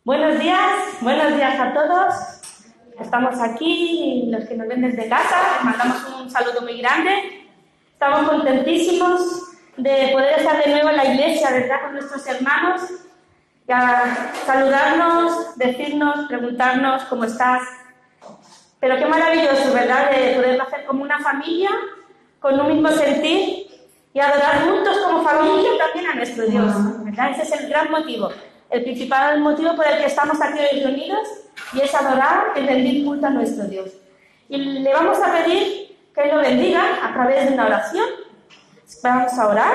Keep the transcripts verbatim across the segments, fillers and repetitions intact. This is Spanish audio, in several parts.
Buenos días, buenos días a todos. Estamos aquí, los que nos ven desde casa, les mandamos un saludo muy grande. Estamos contentísimos de poder estar de nuevo en la iglesia, ¿verdad?, con nuestros hermanos, y a saludarnos, decirnos, preguntarnos cómo estás. Pero qué maravilloso, ¿verdad?, de poderlo hacer como una familia, con un mismo sentir, y adorar juntos como familia también a nuestro Dios, ¿verdad? Ese es el gran motivo, el principal motivo por el que estamos aquí hoy reunidos, y es adorar y rendir culto a nuestro Dios. Y le vamos a pedir que Él lo bendiga a través de una oración. Vamos a orar.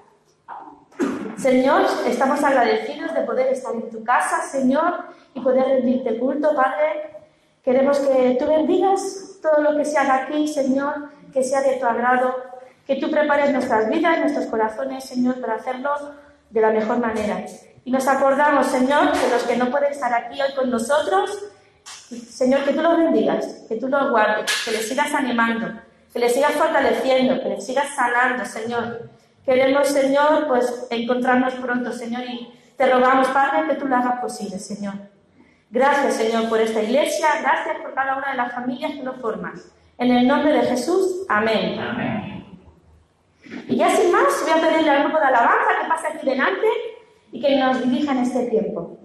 Señor, estamos agradecidos de poder estar en tu casa, Señor, y poder rendirte culto, Padre. Queremos que tú bendigas todo lo que se haga aquí, Señor, que sea de tu agrado, que tú prepares nuestras vidas, nuestros corazones, Señor, para hacerlo de la mejor manera. Y nos acordamos, Señor, que los que no pueden estar aquí hoy con nosotros, Señor, que tú los bendigas, que tú los guardes, que les sigas animando, que les sigas fortaleciendo, que les sigas sanando, Señor. Queremos, Señor, pues encontrarnos pronto, Señor, y te rogamos, Padre, que tú lo hagas posible, Señor. Gracias, Señor, por esta iglesia, gracias por cada una de las familias que lo forman. En el nombre de Jesús, amén. Amén. Y ya sin más, voy a pedirle al grupo de alabanza que pase aquí delante y que nos dirija en este tiempo.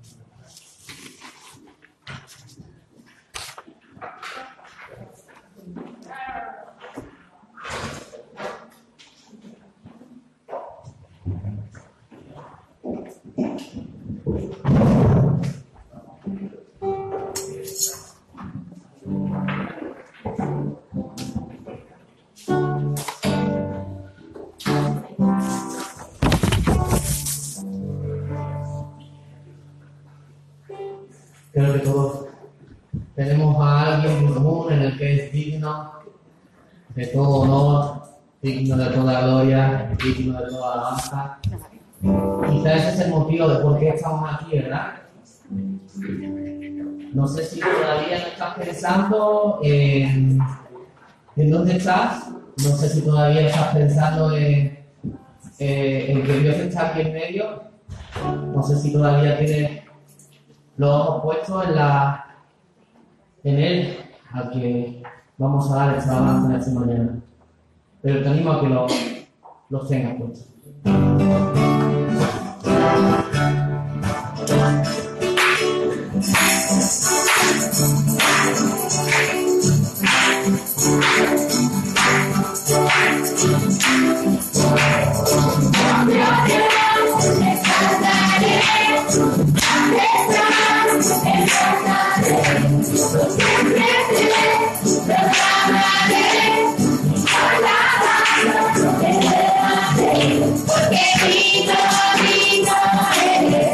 Creo que todos tenemos a alguien en común en el que es digno de todo honor, digno de toda gloria, digno de toda alabanza. Quizás ese es el motivo de por qué estamos aquí, ¿verdad? No sé si todavía no estás pensando en, en dónde estás, no sé si todavía estás pensando en, eh, en que Dios está aquí en medio, no sé si todavía tienes los ojos puestos en, la, en Él, al que vamos a dar esta alabanza en esta mañana. Pero te animo a que los lo tengas puestos. Porque vino, vino,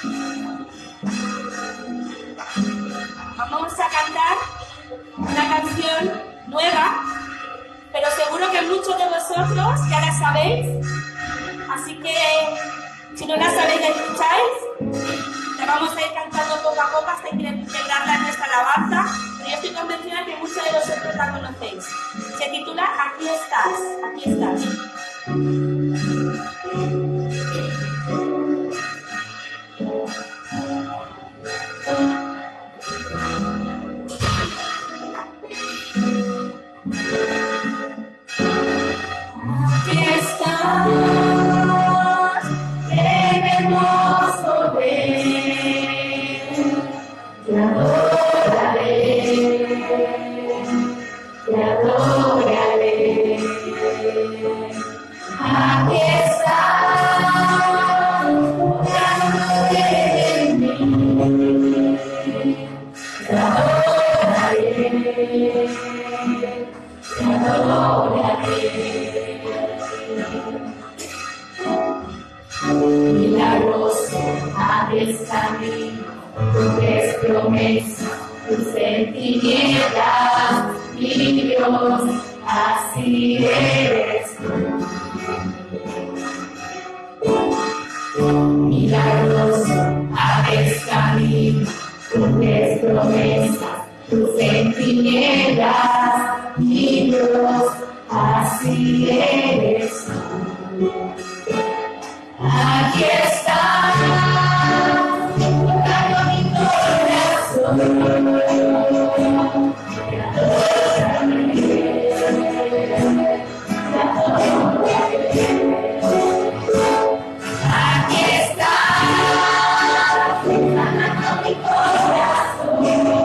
Vamos a cantar una canción nueva, pero seguro que muchos de vosotros ya la sabéis, así que si no la sabéis la escucháis, la vamos a ir cantando poco a poco hasta integrarla en nuestra alabanza, pero yo estoy convencida que muchos de vosotros la conocéis. Se titula Aquí estás, aquí estás. Milagroso, abres camino, cumples promesas, tus tinieblas, mi Dios, así eres tú. Milagroso, abres camino, cumples promesas, tus tinieblas, mi Dios, así eres tú. Aquí está, tocando mi corazón. Aquí está, tocando mi corazón.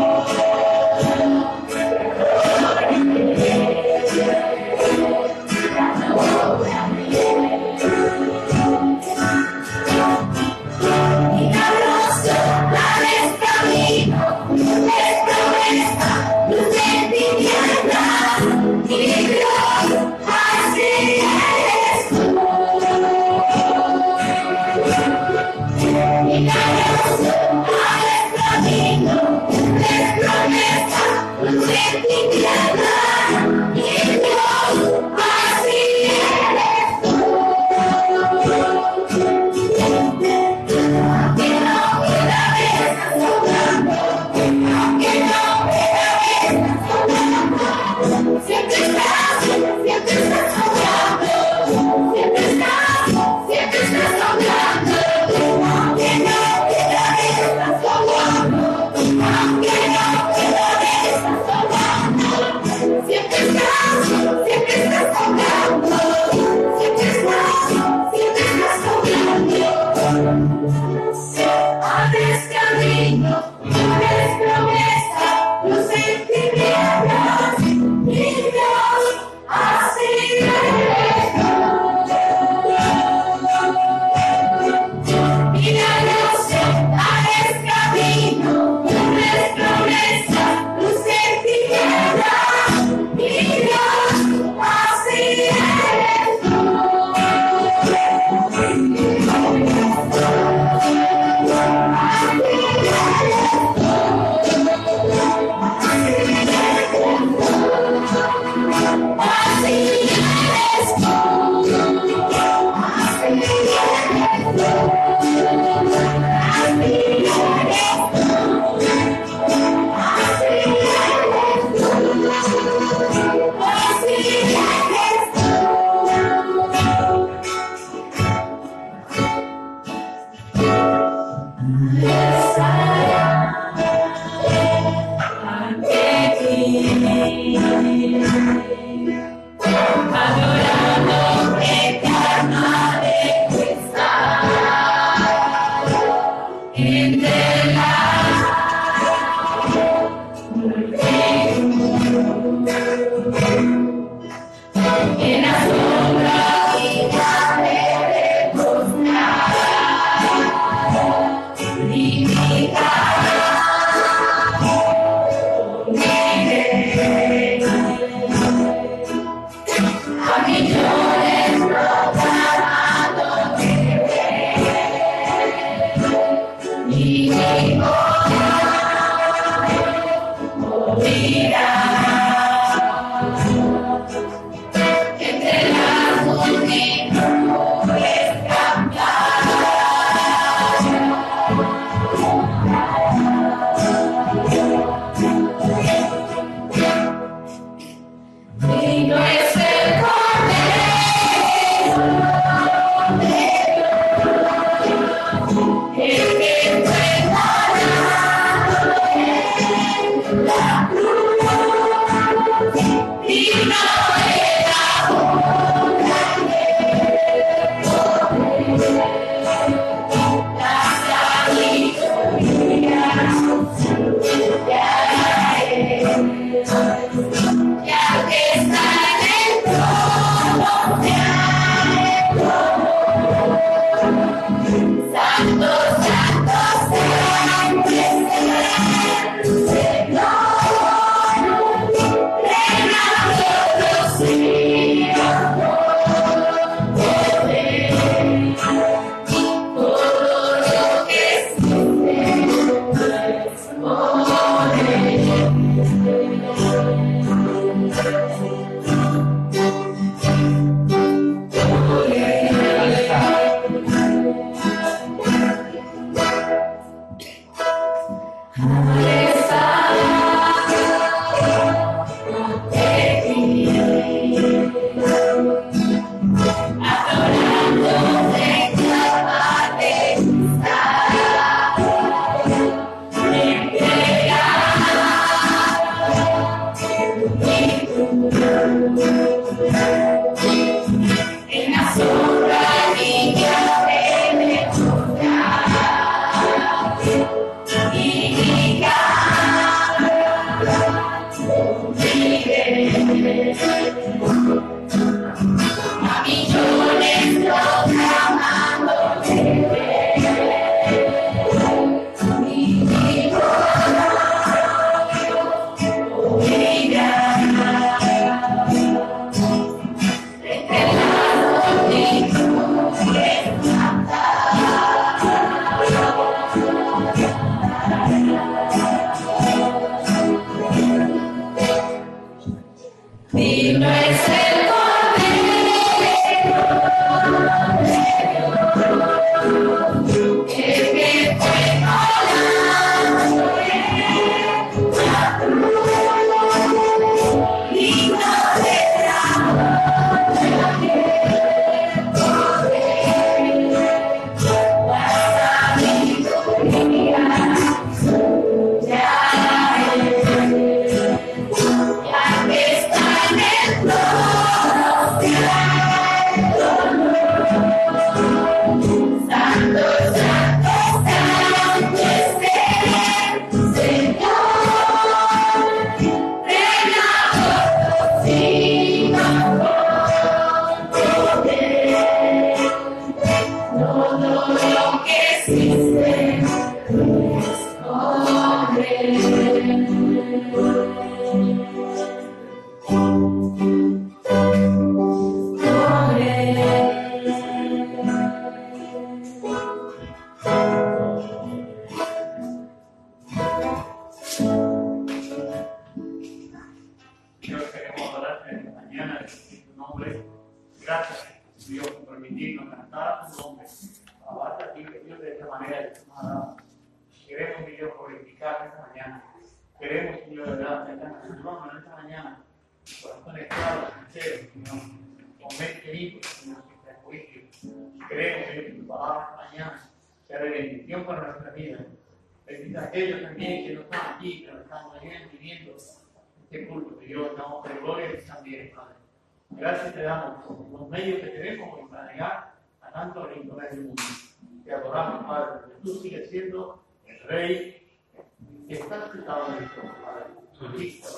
Gracias te damos por los medios que tenemos para llegar a tantos rincones del mundo. Te adoramos, Padre, porque tú sigues siendo el Rey que está sentado en el trono, Padre. Cristo,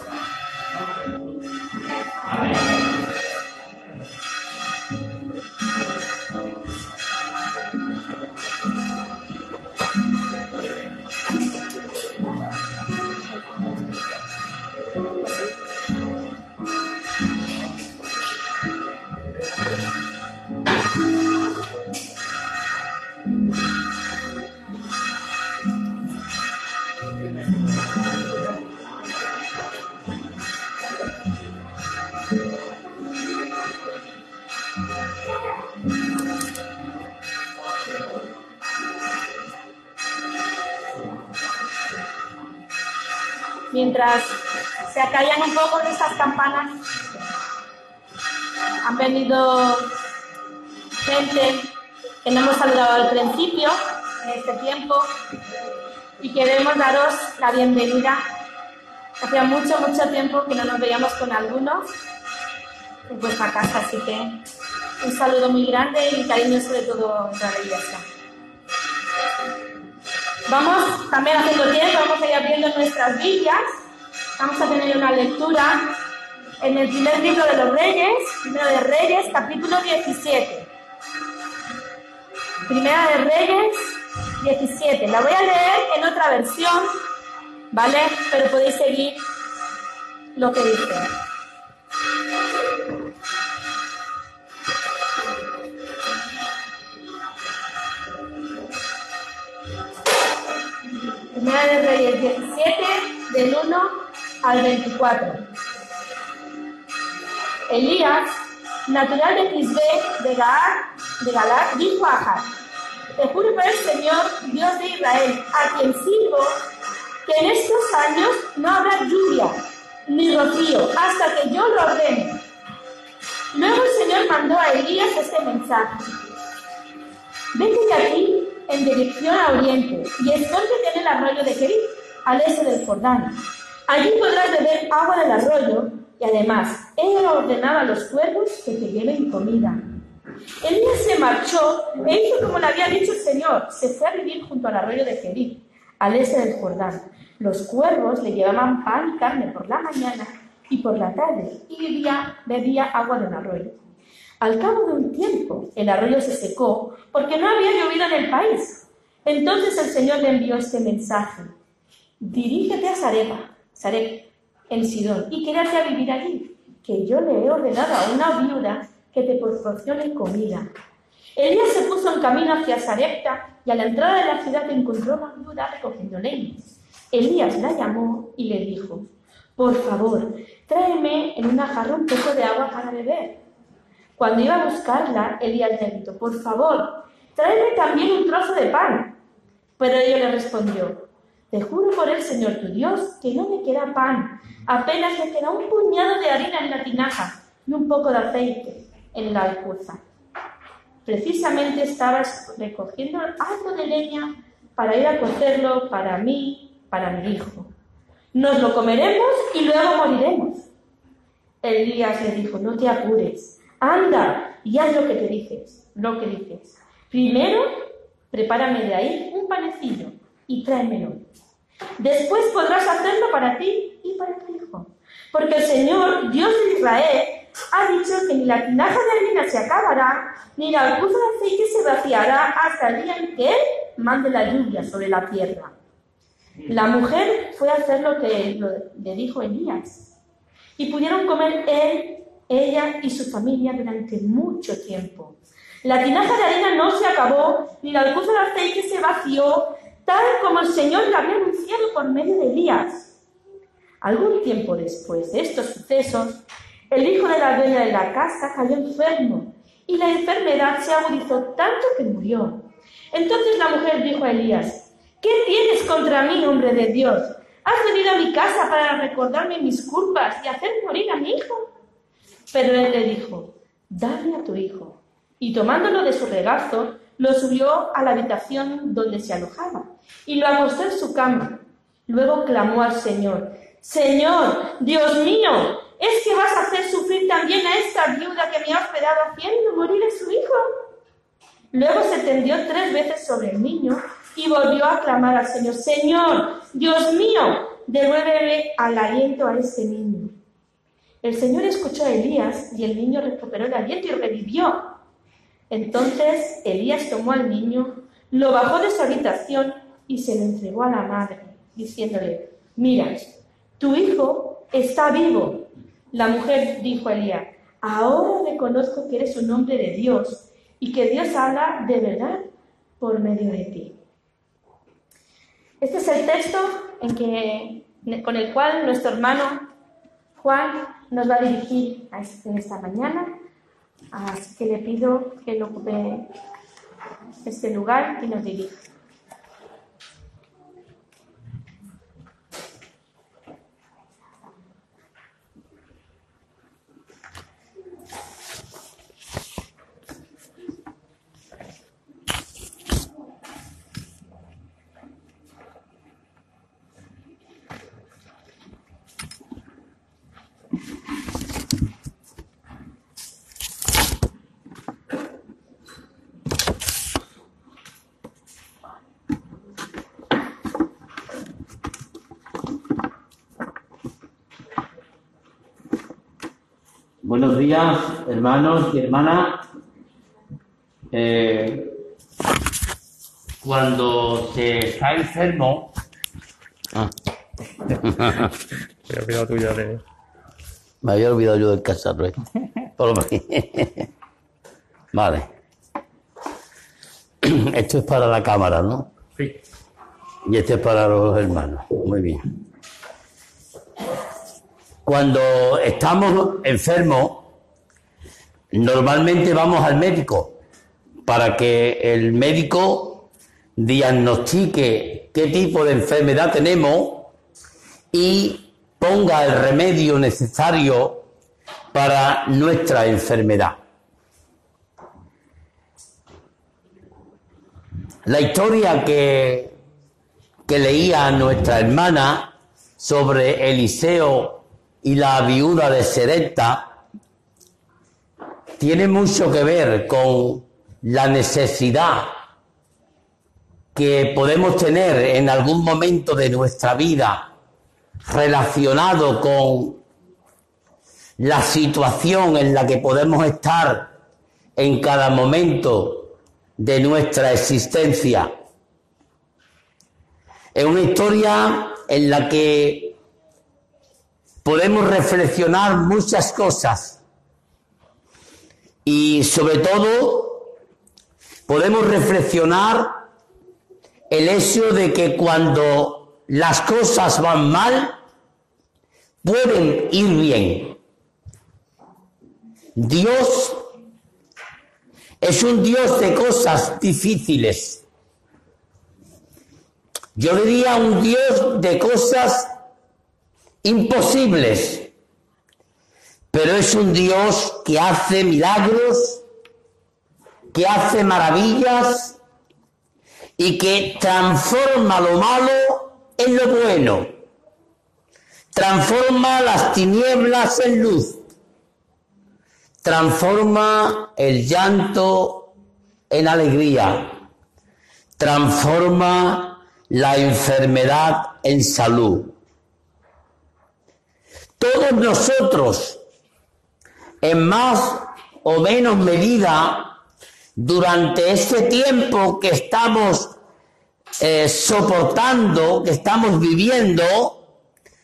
en nombre de Jesús. Amén. Mientras se acallan un poco de estas campanas, han venido gente que no hemos saludado al principio, en este tiempo, y queremos daros la bienvenida. Hacía mucho, mucho tiempo que no nos veíamos con algunos en vuestra casa, así que un saludo muy grande y cariño sobre todo en toda la iglesia. Vamos también haciendo tiempo, vamos a ir abriendo nuestras Biblias. Vamos a tener una lectura en el primer libro de los Reyes, Primero de Reyes, capítulo diecisiete. Primera de Reyes, diecisiete. La voy a leer en otra versión, ¿vale? Pero podéis seguir lo que dice. Primera de Reyes diecisiete, del uno al veinticuatro. Elías, natural de Tisbé, de Gaar, de Galar, dijo a Ahab: te juro por el Señor, Dios de Israel, a quien sirvo, que en estos años no habrá lluvia ni rocío hasta que yo lo ordene. Luego el Señor mandó a Elías este mensaje: vete de aquí en dirección a oriente y escóndete en el arroyo de Kerit, al este del Jordán. Allí podrás beber agua del arroyo y además he ordenado a los cuervos que te lleven comida. Elías se marchó e hizo como le había dicho el Señor. Se fue a vivir junto al arroyo de Kerit, al este del Jordán. Los cuervos le llevaban pan y carne por la mañana y por la tarde y bebía, bebía agua del arroyo. Al cabo de un tiempo, el arroyo se secó porque no había llovido en el país. Entonces el Señor le envió este mensaje: dirígete a Sarepta, Sarepta, en Sidón, y quédate a vivir allí, que yo le he ordenado a una viuda que te proporcione comida. Elías se puso en camino hacia Sarepta y a la entrada de la ciudad encontró a una viuda recogiendo leña. Elías la llamó y le dijo: por favor, tráeme en una jarra un poco de agua para beber. Cuando iba a buscarla, Elías le gritó: por favor, tráeme también un trozo de pan. Pero ella le respondió: te juro por el Señor tu Dios que no me queda pan, apenas me queda un puñado de harina en la tinaja y un poco de aceite en la alcuza. Precisamente estaba recogiendo algo de leña para ir a cocerlo para mí, para mi hijo. Nos lo comeremos y luego moriremos. Elías le dijo: no te apures, anda y haz lo que te dices, lo que dices. Primero, prepárame de ahí un panecillo y tráemelo. Después podrás hacerlo para ti y para tu hijo. Porque el Señor, Dios de Israel, ha dicho que ni la tinaja de harina se acabará, ni la alcuza de aceite se vaciará hasta el día en que Él mande la lluvia sobre la tierra. La mujer fue a hacer lo que le dijo Elías. Y pudieron comer él, ella y su familia durante mucho tiempo. La tinaja de harina no se acabó, ni la alcuza de aceite se vació, tal como el Señor lo había anunciado por medio de Elías. Algún tiempo después de estos sucesos, el hijo de la dueña de la casa cayó enfermo, y la enfermedad se agudizó tanto que murió. Entonces la mujer dijo a Elías: ¿qué tienes contra mí, hombre de Dios? ¿Has venido a mi casa para recordarme mis culpas y hacer morir a mi hijo? Pero él le dijo: dame a tu hijo. Y tomándolo de su regazo, lo subió a la habitación donde se alojaba y lo acostó en su cama. Luego clamó al Señor: Señor, Dios mío, ¿es que vas a hacer sufrir también a esta viuda que me ha hospedado haciendo morir a su hijo? Luego se tendió tres veces sobre el niño y volvió a clamar al Señor: Señor, Dios mío, devuélvele al aliento a este niño. El Señor escuchó a Elías y el niño recuperó el aliento y revivió. Entonces Elías tomó al niño, lo bajó de su habitación y se lo entregó a la madre, diciéndole: mira, tu hijo está vivo. La mujer dijo a Elías: ahora reconozco que eres un hombre de Dios y que Dios habla de verdad por medio de ti. Este es el texto en que, con el cual nuestro hermano Juan nos va a dirigir en esta mañana. Así que le pido que él ocupe este lugar y nos dirija. Buenos días, hermanos y hermanas. Eh, cuando se está enfermo... Ah. Me había olvidado tú ya de... Me había olvidado yo del casarro, ¿eh? Vale. Esto es para la cámara, ¿no? Sí. Y este es para los hermanos. Muy bien. Cuando estamos enfermos, normalmente vamos al médico para que el médico diagnostique qué tipo de enfermedad tenemos y ponga el remedio necesario para nuestra enfermedad. La historia que, que leía nuestra hermana sobre Eliseo y la viuda de Sarepta tiene mucho que ver con la necesidad que podemos tener en algún momento de nuestra vida relacionado con la situación en la que podemos estar en cada momento de nuestra existencia. Es una historia en la que podemos reflexionar muchas cosas y sobre todo podemos reflexionar el hecho de que cuando las cosas van mal pueden ir bien. Dios es un Dios de cosas difíciles. Yo diría un Dios de cosas imposibles, pero es un Dios que hace milagros, que hace maravillas y que transforma lo malo en lo bueno, transforma las tinieblas en luz, transforma el llanto en alegría, transforma la enfermedad en salud. Todos nosotros, en más o menos medida, durante este tiempo que estamos eh, soportando, que estamos viviendo,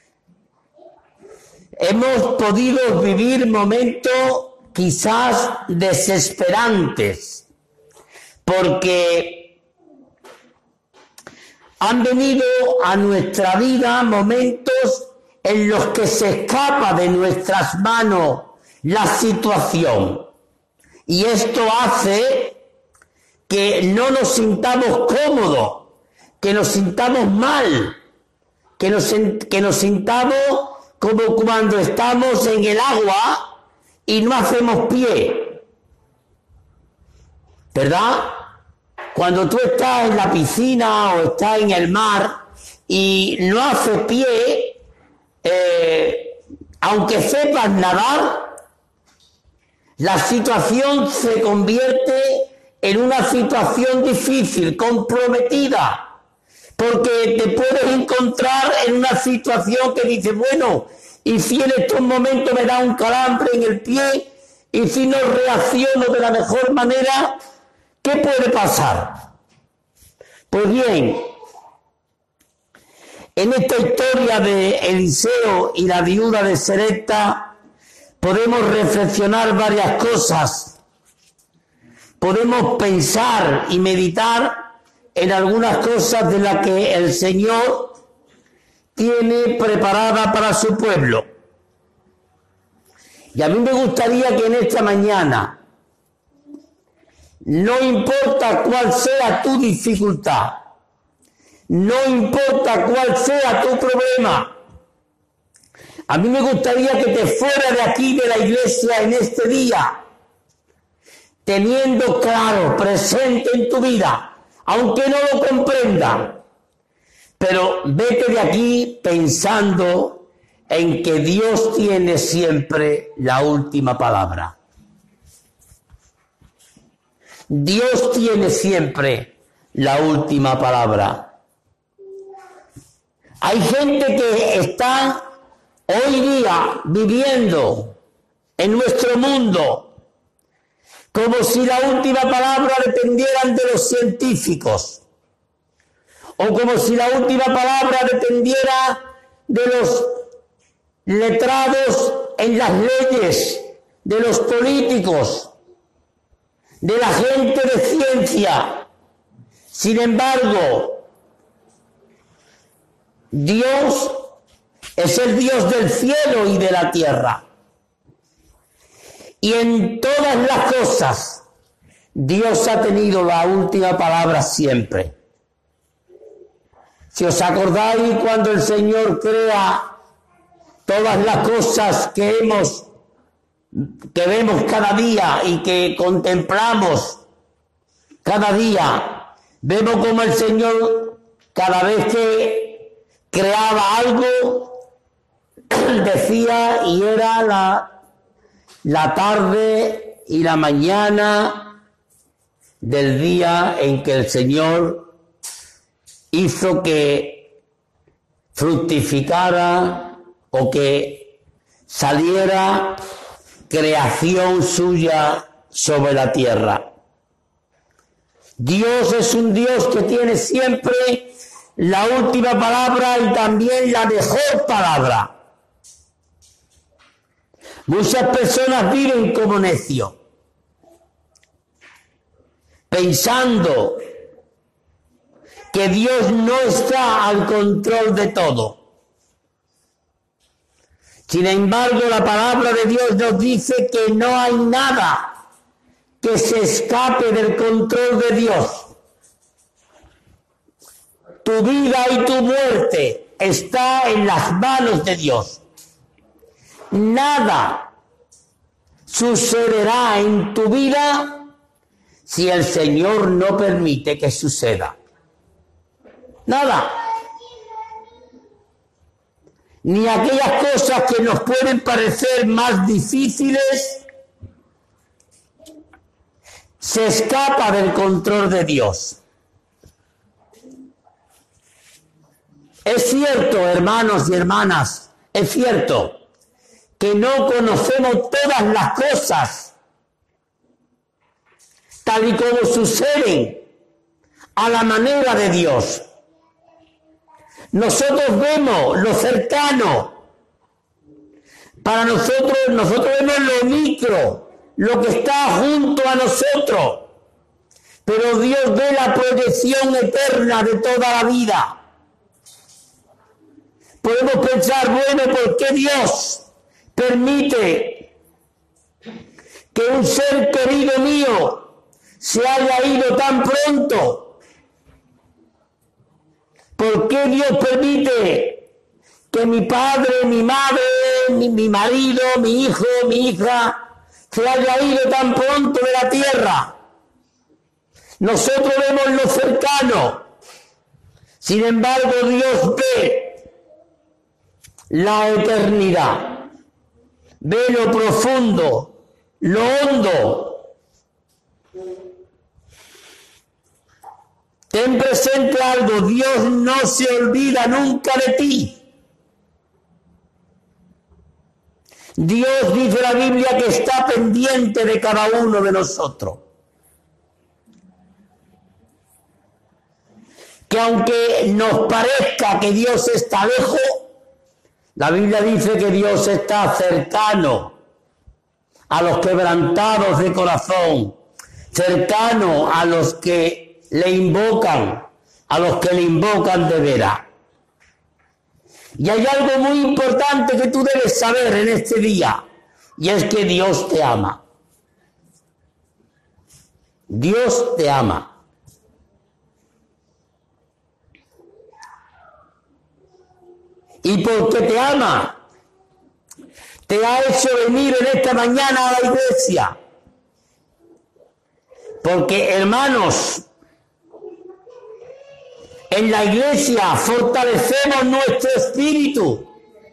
hemos podido vivir momentos quizás desesperantes, porque han venido a nuestra vida momentos en los que se escapa de nuestras manos la situación. Y esto hace que no nos sintamos cómodos, que nos sintamos mal, que nos, que nos sintamos como cuando estamos en el agua y no hacemos pie. ¿Verdad? Cuando tú estás en la piscina o estás en el mar y no haces pie, eh, aunque sepas nadar, la situación se convierte en una situación difícil, comprometida, porque te puedes encontrar en una situación que dices, bueno, y si en estos momentos me da un calambre en el pie, y si no reacciono de la mejor manera, ¿qué puede pasar? Pues bien, en esta historia de Eliseo y la viuda de Sarepta, podemos reflexionar varias cosas. Podemos pensar y meditar en algunas cosas de las que el Señor tiene preparada para su pueblo. Y a mí me gustaría que en esta mañana, no importa cuál sea tu dificultad, no importa cuál sea tu problema, a mí me gustaría que te fuera de aquí, de la iglesia, en este día, teniendo claro, presente en tu vida, aunque no lo comprenda, pero vete de aquí pensando en que Dios tiene siempre la última palabra. Dios tiene siempre la última palabra. Hay gente que está hoy día viviendo en nuestro mundo, como si la última palabra dependieran de los científicos, o como si la última palabra dependiera de los letrados en las leyes, de los políticos, de la gente de ciencia. Sin embargo, Dios es el Dios del cielo y de la tierra. Y en todas las cosas, Dios ha tenido la última palabra siempre. Si os acordáis cuando el Señor crea todas las cosas que hemos, que vemos cada día y que contemplamos cada día, vemos como el Señor, cada vez que creaba algo, decía, y era la, la tarde y la mañana del día en que el Señor hizo que fructificara o que saliera creación suya sobre la tierra. Dios es un Dios que tiene siempre la última palabra y también la mejor palabra. Muchas personas viven como necios, pensando que Dios no está al control de todo. Sin embargo, la palabra de Dios nos dice que no hay nada que se escape del control de Dios. Tu vida y tu muerte está en las manos de Dios. Nada sucederá en tu vida si el Señor no permite que suceda. Nada. Ni aquellas cosas que nos pueden parecer más difíciles se escapa del control de Dios. Es cierto, hermanos y hermanas, es cierto que no conocemos todas las cosas tal y como suceden a la manera de Dios. Nosotros vemos lo cercano. Para nosotros, nosotros vemos lo micro, lo que está junto a nosotros. Pero Dios ve la proyección eterna de toda la vida. Podemos pensar, bueno, ¿por qué Dios permite que un ser querido mío se haya ido tan pronto? ¿Por qué Dios permite que mi padre, mi madre, mi, mi marido, mi hijo, mi hija se haya ido tan pronto de la tierra? Nosotros vemos lo cercano. Sin embargo, Dios ve la eternidad, ve lo profundo, lo hondo. Ten presente algo, Dios no se olvida nunca de ti. Dios, dice la Biblia, que está pendiente de cada uno de nosotros. Que aunque nos parezca que Dios está lejos, la Biblia dice que Dios está cercano a los quebrantados de corazón, cercano a los que le invocan, a los que le invocan de veras. Y hay algo muy importante que tú debes saber en este día, y es que Dios te ama. Dios te ama. Y porque te ama, te ha hecho venir en esta mañana a la iglesia. Porque, hermanos, en la iglesia fortalecemos nuestro espíritu.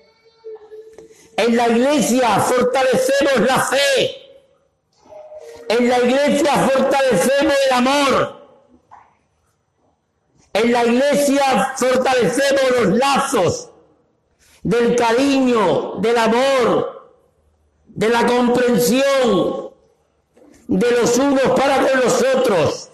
En la iglesia fortalecemos la fe. En la iglesia fortalecemos el amor. En la iglesia fortalecemos los lazos del cariño, del amor, de la comprensión de los unos para con los otros.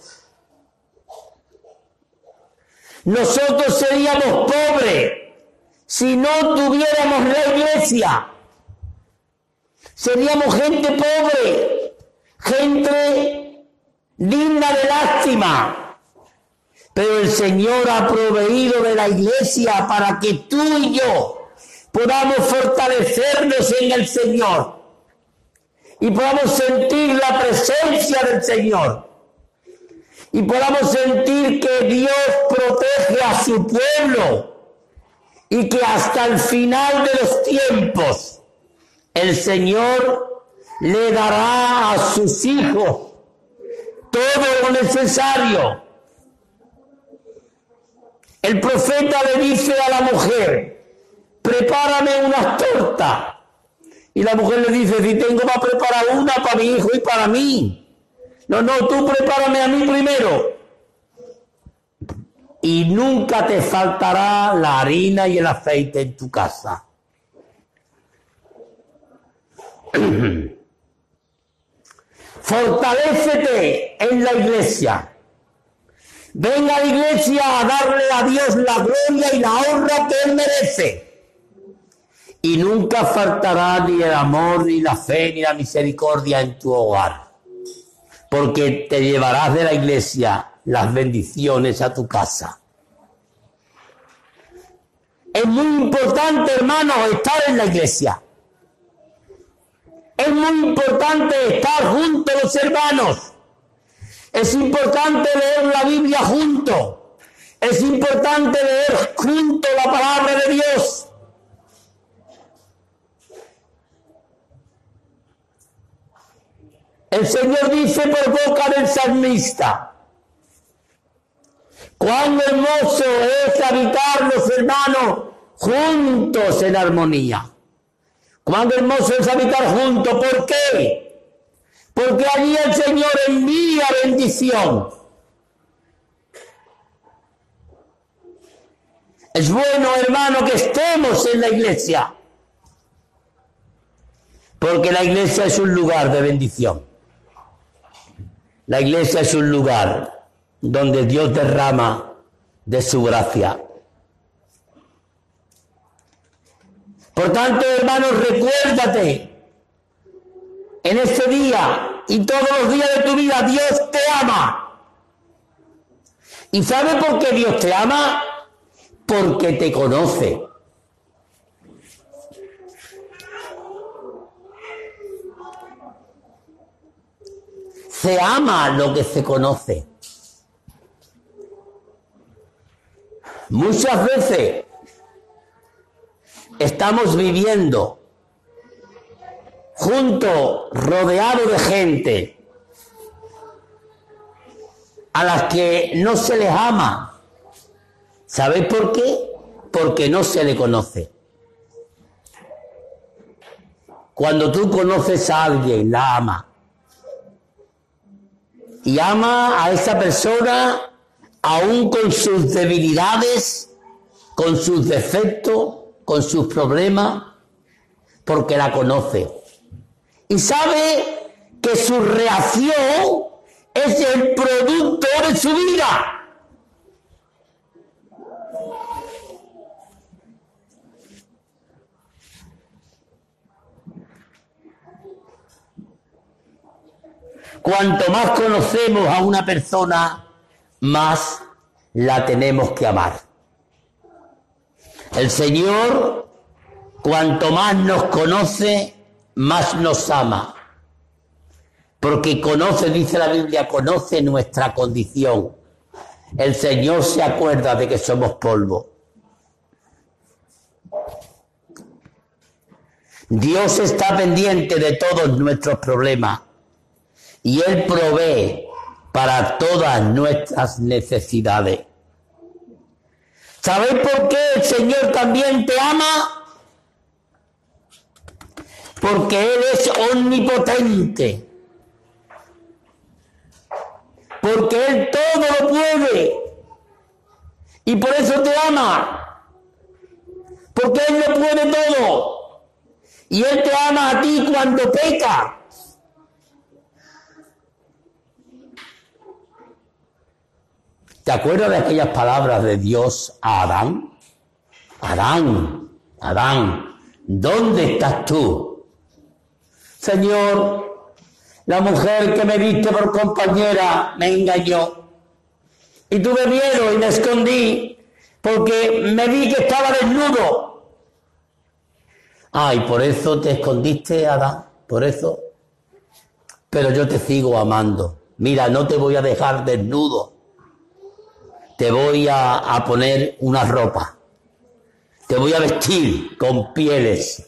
Nosotros seríamos pobres si no tuviéramos la iglesia. Seríamos gente pobre, gente digna de lástima. Pero el Señor ha proveído de la iglesia para que tú y yo podamos fortalecernos en el Señor y podamos sentir la presencia del Señor y podamos sentir que Dios protege a su pueblo y que hasta el final de los tiempos el Señor le dará a sus hijos todo lo necesario. El profeta le dice a la mujer: prepárame unas tortas. Y la mujer le dice: si tengo para preparar una para mi hijo y para mí. No, no, tú prepárame a mí primero. Y nunca te faltará la harina y el aceite en tu casa. Fortalécete en la iglesia. Ven a la iglesia a darle a Dios la gloria y la honra que Él merece. Y nunca faltará ni el amor, ni la fe, ni la misericordia en tu hogar. Porque te llevarás de la iglesia las bendiciones a tu casa. Es muy importante, hermanos, estar en la iglesia. Es muy importante estar junto a los hermanos. Es importante leer la Biblia junto. Es importante leer junto la palabra de Dios. El Señor dice por boca del salmista: cuán hermoso es habitar los hermanos juntos en armonía. Cuán hermoso es habitar juntos. ¿Por qué? Porque allí el Señor envía bendición. Es bueno, hermano, que estemos en la iglesia, porque la iglesia es un lugar de bendición. La iglesia es un lugar donde Dios derrama de su gracia. Por tanto, hermanos, recuérdate en este día y todos los días de tu vida, Dios te ama. ¿Y sabe por qué Dios te ama? Porque te conoce. Se ama lo que se conoce. Muchas veces estamos viviendo junto, rodeado de gente a las que no se les ama. ¿Sabéis por qué? Porque no se le conoce. Cuando tú conoces a alguien, la ama. Y ama a esa persona aún con sus debilidades, con sus defectos, con sus problemas, porque la conoce. Y sabe que su reacción es el producto de su vida. Cuanto más conocemos a una persona, más la tenemos que amar. El Señor, cuanto más nos conoce, más nos ama. Porque conoce, dice la Biblia, conoce nuestra condición. El Señor se acuerda de que somos polvo. Dios está pendiente de todos nuestros problemas. Y Él provee para todas nuestras necesidades. ¿Sabéis por qué el Señor también te ama? Porque Él es omnipotente. Porque Él todo lo puede. Y por eso te ama. Porque Él lo puede todo. Y Él te ama a ti cuando peca. ¿Te acuerdas de aquellas palabras de Dios a Adán? Adán, Adán, ¿dónde estás tú? Señor, la mujer que me diste por compañera me engañó. Y tuve miedo y me escondí porque me vi que estaba desnudo. Ay, por eso te escondiste, Adán, por eso. Pero yo te sigo amando. Mira, no te voy a dejar desnudo. Te voy a, a poner una ropa. Te voy a vestir con pieles.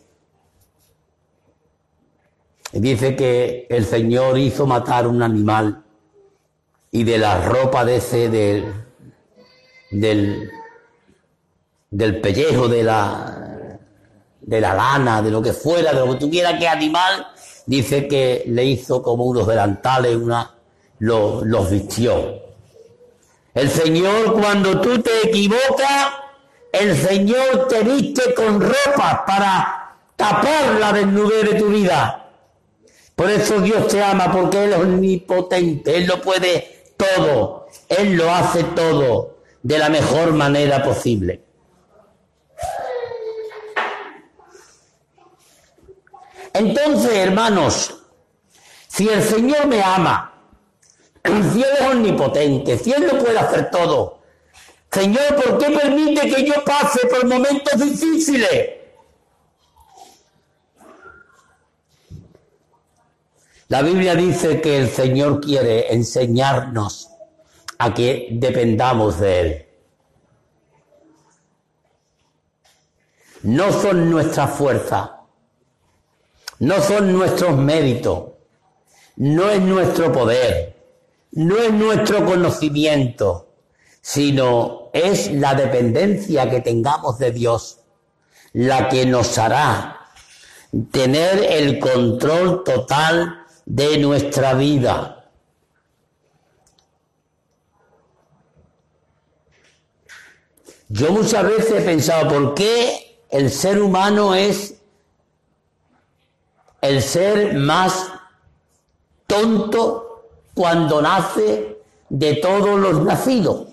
Y dice que el Señor hizo matar un animal y de la ropa de ese, del, del, del pellejo, de la, de la lana, de lo que fuera, de lo que tuviera que animal, dice que le hizo como unos delantales, una, lo, los vistió. El Señor, cuando tú te equivocas, el Señor te viste con ropas para tapar la desnudez de tu vida. Por eso Dios te ama, porque Él es omnipotente, Él lo puede todo, Él lo hace todo de la mejor manera posible. Entonces, hermanos, si el Señor me ama, si Él es omnipotente, si Él lo puede hacer todo, Señor, ¿por qué permite que yo pase por momentos difíciles? La Biblia dice que el Señor quiere enseñarnos a que dependamos de Él. No son nuestras fuerzas, no son nuestros méritos, no es nuestro poder, no es nuestro conocimiento, sino es la dependencia que tengamos de Dios la que nos hará tener el control total de nuestra vida. Yo muchas veces he pensado, ¿por qué el ser humano es el ser más tonto cuando nace de todos los nacidos?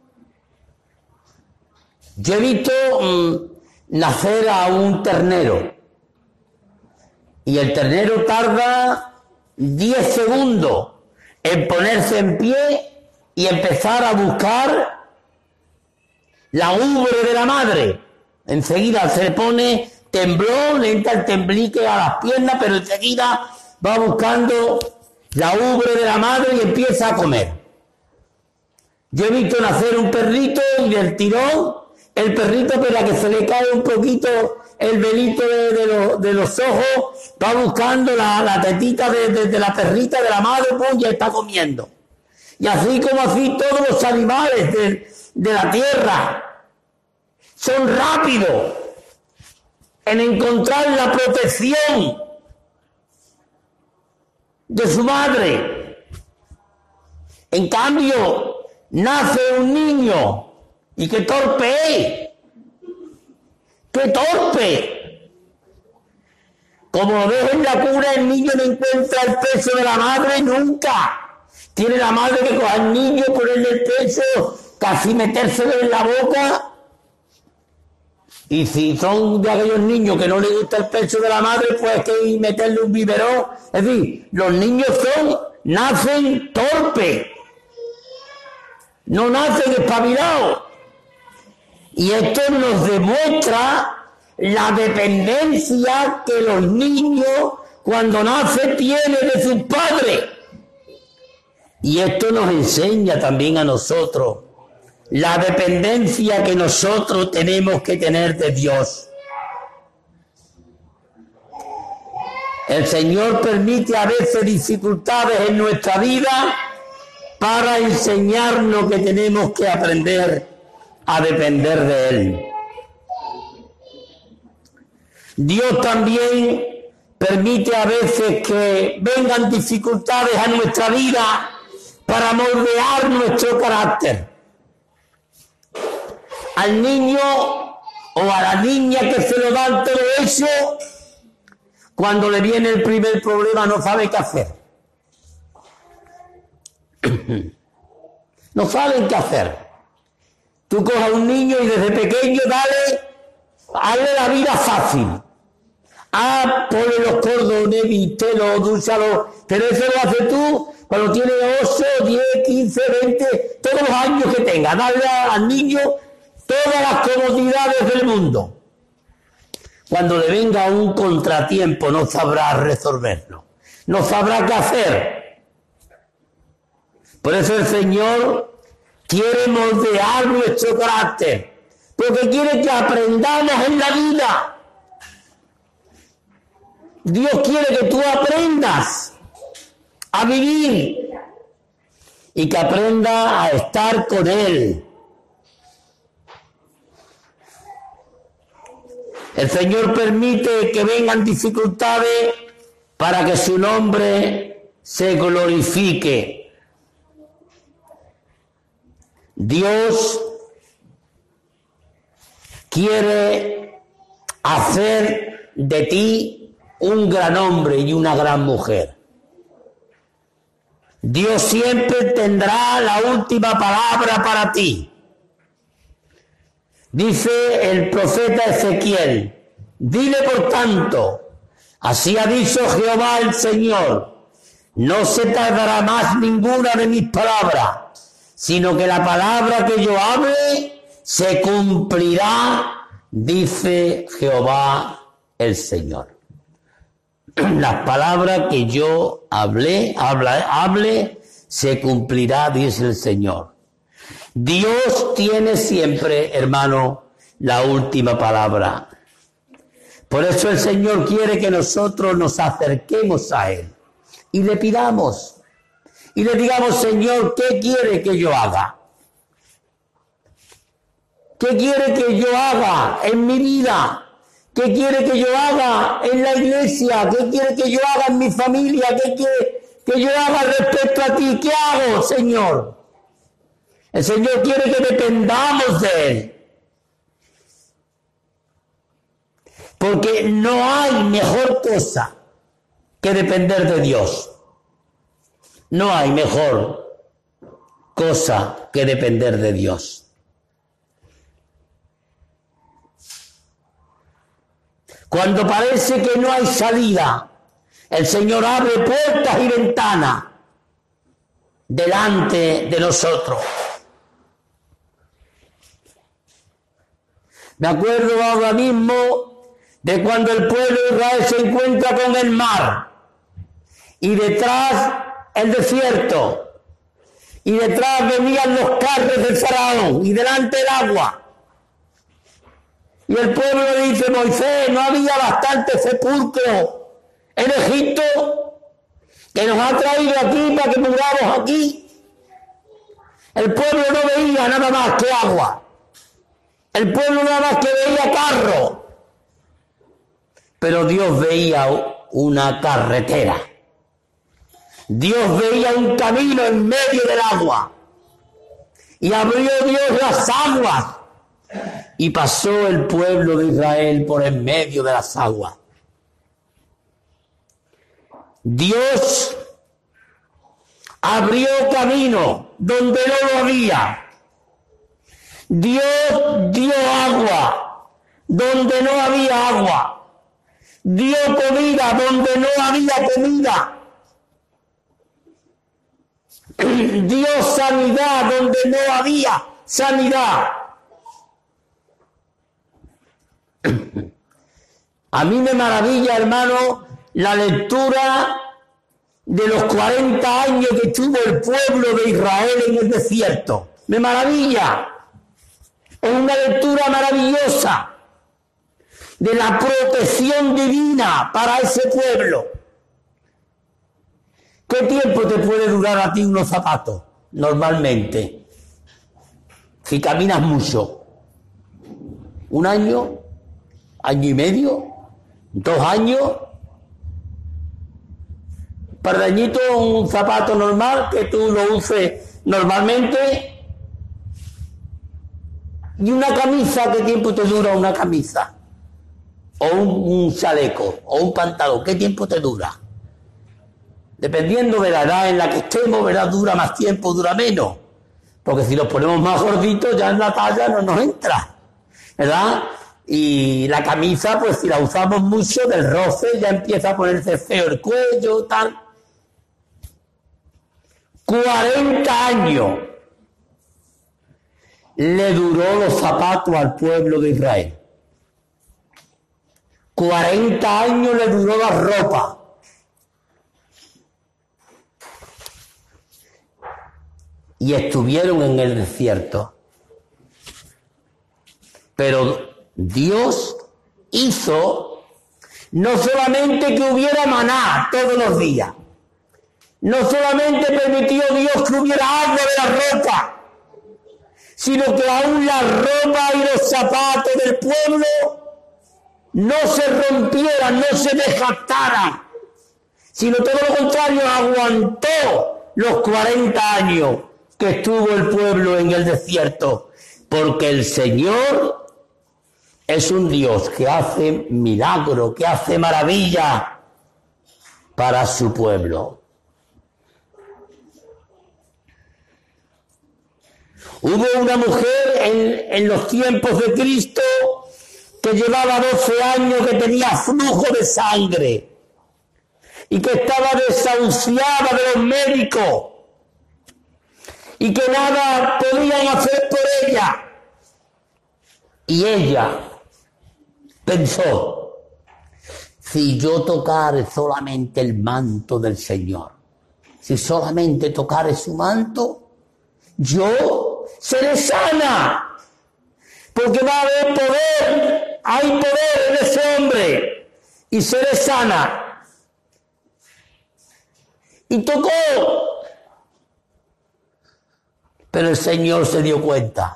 Yo he visto mmm, nacer a un ternero y el ternero tarda diez segundos en ponerse en pie y empezar a buscar la ubre de la madre. Enseguida se le pone temblón, le entra el temblique a las piernas, pero enseguida va buscando la ubre de la madre y empieza a comer. Yo he visto nacer un perrito y del tirón el perrito, para que se le cae un poquito el velito de, de, lo, de los ojos, va buscando la, la tetita de, de, de la perrita de la madre, pues ya está comiendo. Y así como así todos los animales de, de la tierra son rápidos en encontrar la protección de su madre. En cambio, nace un niño y qué torpe es, qué torpe. Como lo ves en la cuna, el niño no encuentra el peso de la madre nunca. Tiene la madre que coger al niño, ponerle el peso, casi metérselo en la boca. Y si son de aquellos niños que no les gusta el peso de la madre, pues hay que meterle un biberón. Es decir, los niños son, nacen torpes, no nacen espabilados. Y esto nos demuestra la dependencia que los niños cuando nacen tienen de sus padres. Y esto nos enseña también a nosotros la dependencia que nosotros tenemos que tener de Dios. El Señor permite a veces dificultades en nuestra vida para enseñarnos que tenemos que aprender a depender de Él. Dios también permite a veces que vengan dificultades a nuestra vida para moldear nuestro carácter. Al niño o a la niña que se lo dan todo eso, cuando le viene el primer problema no sabe qué hacer. No saben qué hacer. Tú coges a un niño y desde pequeño dale, hazle la vida fácil. Ah, ponle los cordones, vístelo, dúchalo, pero eso lo haces tú cuando tiene ocho, diez, quince, veinte, todos los años que tenga. Dale al niño todas las comodidades del mundo. Cuando le venga un contratiempo no sabrá resolverlo, no sabrá qué hacer. Por eso el Señor quiere moldear nuestro carácter, porque quiere que aprendamos en la vida. Dios quiere que tú aprendas a vivir y que aprendas a estar con Él. El Señor permite que vengan dificultades para que su nombre se glorifique. Dios quiere hacer de ti un gran hombre y una gran mujer. Dios siempre tendrá la última palabra para ti. Dice el profeta Ezequiel, dile por tanto, así ha dicho Jehová el Señor, no se tardará más ninguna de mis palabras, sino que la palabra que yo hable se cumplirá, dice Jehová el Señor. Las palabras que yo hablé, habla, hable, se cumplirá, dice el Señor. Dios tiene siempre, hermano, la última palabra. Por eso el Señor quiere que nosotros nos acerquemos a Él y le pidamos y le digamos, Señor, ¿qué quiere que yo haga? ¿Qué quiere que yo haga en mi vida? ¿Qué quiere que yo haga en la iglesia? ¿Qué quiere que yo haga en mi familia? ¿Qué quiere que yo haga respecto a ti? ¿Qué hago, Señor? El Señor quiere que dependamos de Él. Porque no hay mejor cosa que depender de Dios. No hay mejor cosa que depender de Dios. Cuando parece que no hay salida, el Señor abre puertas y ventanas delante de nosotros. Me acuerdo ahora mismo de cuando el pueblo de Israel se encuentra con el mar y detrás el desierto y detrás venían los carros del faraón y delante el agua. Y el pueblo le dice, Moisés, ¿no había bastante sepulcro en Egipto que nos ha traído aquí para que muramos aquí? El pueblo no veía nada más que agua. El pueblo nada más que veía carro. Pero Dios veía una carretera. Dios veía un camino en medio del agua. Y abrió Dios las aguas. Y pasó el pueblo de Israel por en medio de las aguas. Dios abrió camino donde no lo había. Dios dio agua donde no había agua. Dio comida donde no había comida. Dio sanidad donde no había sanidad. A mí me maravilla, hermano, la lectura de los cuarenta años que tuvo el pueblo de Israel en el desierto. Me maravilla. Es una lectura maravillosa de la protección divina para ese pueblo. ¿Qué tiempo te puede durar a ti unos zapatos? Normalmente, si caminas mucho. ¿Un año? ¿Año y medio? ¿Dos años? Un par de añitos, un zapato normal que tú lo uses normalmente. ¿Y una camisa? ¿Qué tiempo te dura una camisa? o un, un chaleco o un pantalón, ¿qué tiempo te dura? Dependiendo de la edad en la que estemos, ¿verdad? Dura más tiempo, dura menos. Porque si los ponemos más gorditos, ya en la talla no nos entra, ¿verdad? Y la camisa, pues si la usamos mucho, del roce ya empieza a ponerse feo el cuello, tal. cuarenta años le duró los zapatos al pueblo de Israel. cuarenta años le duró la ropa. Y estuvieron en el desierto. Pero Dios hizo no solamente que hubiera maná todos los días, no solamente permitió Dios que hubiera agua de la ropa, sino que aún la ropa y los zapatos del pueblo no se rompieran, no se desgastaran, sino todo lo contrario, aguantó los cuarenta años que estuvo el pueblo en el desierto, porque el Señor es un Dios que hace milagro, que hace maravilla para su pueblo. Hubo una mujer en, en los tiempos de Cristo que llevaba doce años, que tenía flujo de sangre y que estaba desahuciada de los médicos y que nada podían hacer por ella. Y ella pensó, si yo tocare solamente el manto del Señor, si solamente tocare su manto, yo seré sana, porque va a haber poder, hay poder en ese hombre, y seré sana. Y tocó, pero el Señor se dio cuenta.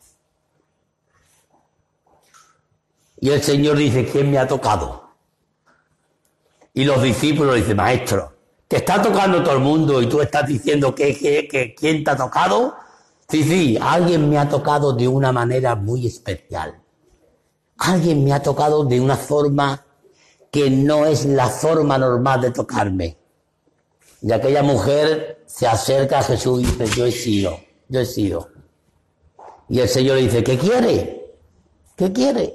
Y el Señor dice, ¿quién me ha tocado? Y los discípulos dicen, maestro, te está tocando todo el mundo y tú estás diciendo que, que, que ¿quién te ha tocado? Sí, sí, alguien me ha tocado de una manera muy especial. Alguien me ha tocado de una forma que no es la forma normal de tocarme. Y aquella mujer se acerca a Jesús y dice, yo he sido, yo he sido. Y el Señor le dice, ¿qué quiere? ¿Qué quiere?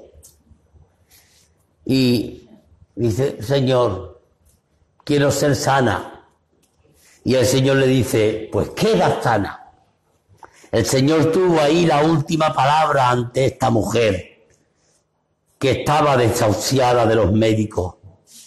Y dice, Señor, quiero ser sana. Y el Señor le dice, pues queda sana. El Señor tuvo ahí la última palabra ante esta mujer que estaba desahuciada de los médicos.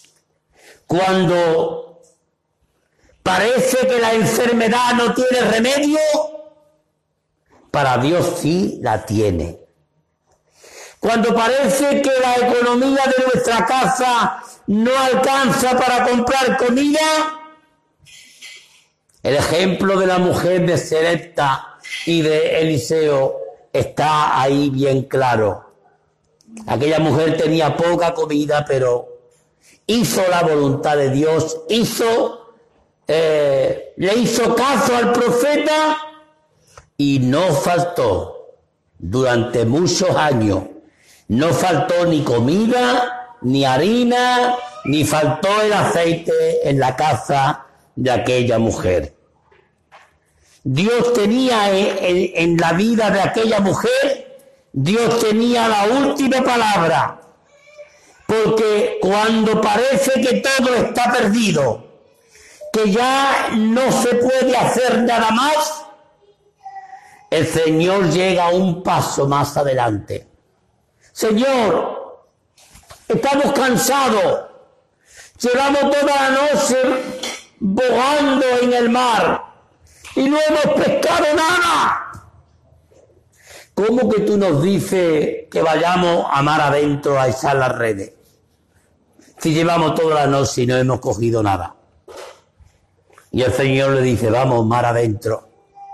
Cuando parece que la enfermedad no tiene remedio, para Dios sí la tiene. Cuando parece que la economía de nuestra casa no alcanza para comprar comida, el ejemplo de la mujer de Sarepta y de Eliseo está ahí bien claro. Aquella mujer tenía poca comida, pero hizo la voluntad de Dios, hizo, eh, le hizo caso al profeta y no faltó durante muchos años. No faltó ni comida, ni harina, ni faltó el aceite en la casa de aquella mujer. Dios tenía en, en la vida de aquella mujer, Dios tenía la última palabra. Porque cuando parece que todo está perdido, que ya no se puede hacer nada más, el Señor llega un paso más adelante. Señor, estamos cansados, llevamos toda la noche bogando en el mar y no hemos pescado nada. ¿Cómo que tú nos dices que vayamos a mar adentro a echar las redes? Si llevamos toda la noche y no hemos cogido nada. Y el Señor le dice, vamos mar adentro.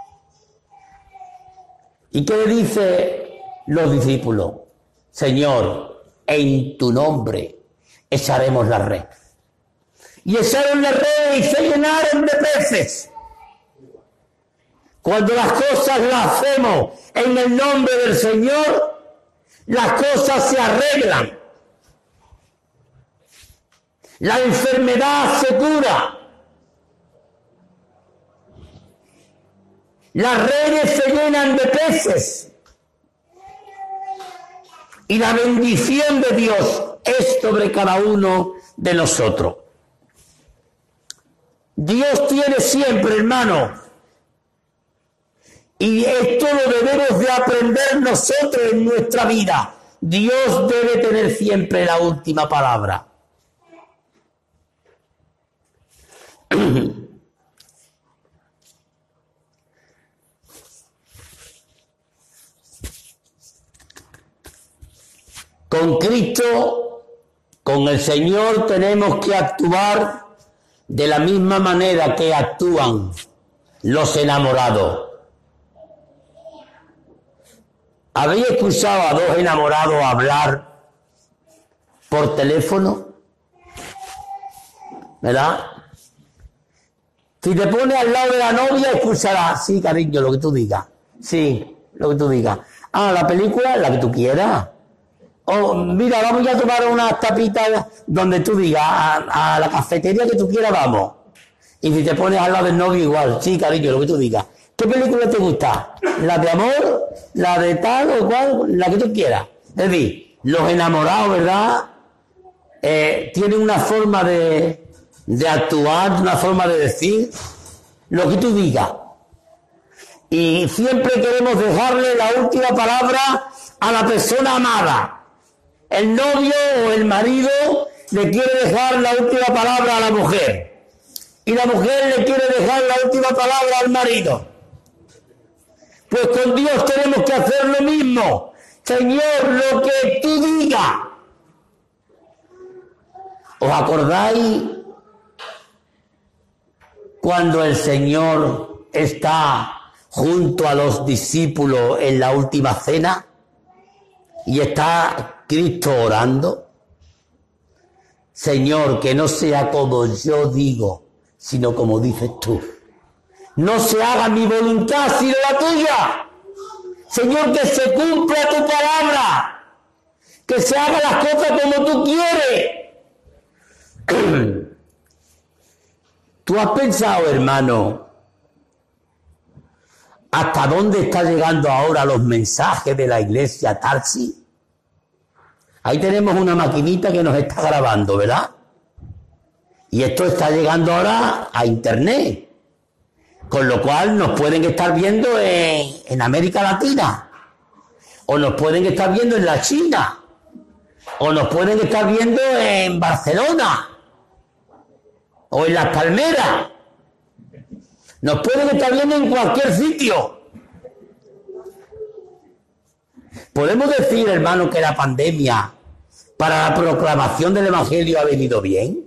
¿Y qué le dice los discípulos? Señor, en tu nombre echaremos la red. Y echaron la red y se llenaron de peces. Cuando las cosas las hacemos en el nombre del Señor, las cosas se arreglan. La enfermedad se cura. Las redes se llenan de peces. Y la bendición de Dios es sobre cada uno de nosotros. Dios tiene siempre, hermano, y esto lo debemos de aprender nosotros en nuestra vida. Dios debe tener siempre la última palabra. Con Cristo, con el Señor, tenemos que actuar de la misma manera que actúan los enamorados. ¿Habéis escuchado a dos enamorados hablar por teléfono? ¿Verdad? Si te pones al lado de la novia, escucharás, sí, cariño, lo que tú digas. Sí, lo que tú digas. Ah, la película, la que tú quieras. O, mira, vamos a tomar unas tapitas donde tú digas, a, a la cafetería que tú quieras, vamos. Y si te pones al lado del novio, igual, sí, cariño, lo que tú digas. ¿Qué película te gusta? ¿La de amor? ¿La de tal o cual? La que tú quieras. Es decir, los enamorados, ¿verdad? Eh, tienen una forma de, de actuar, una forma de decir lo que tú digas. Y siempre queremos dejarle la última palabra a la persona amada. El novio o el marido le quiere dejar la última palabra a la mujer. Y la mujer le quiere dejar la última palabra al marido. Pues con Dios tenemos que hacer lo mismo. Señor, lo que tú digas. ¿Os acordáis cuando el Señor está junto a los discípulos en la última cena? Y está Cristo orando. Señor, que no sea como yo digo, sino como dices tú. No se haga mi voluntad, sino la tuya. Señor, que se cumpla tu palabra. Que se hagan las cosas como tú quieres. ¿Tú has pensado, hermano, hasta dónde está llegando ahora los mensajes de la iglesia Tarsi? Ahí tenemos una maquinita que nos está grabando, ¿verdad? Y esto está llegando ahora a internet. Con lo cual nos pueden estar viendo en, en América Latina. O nos pueden estar viendo en la China. O nos pueden estar viendo en Barcelona. O en Las Palmeras. Nos pueden estar viendo en cualquier sitio. ¿Podemos decir, hermano, que la pandemia para la proclamación del Evangelio ha venido bien?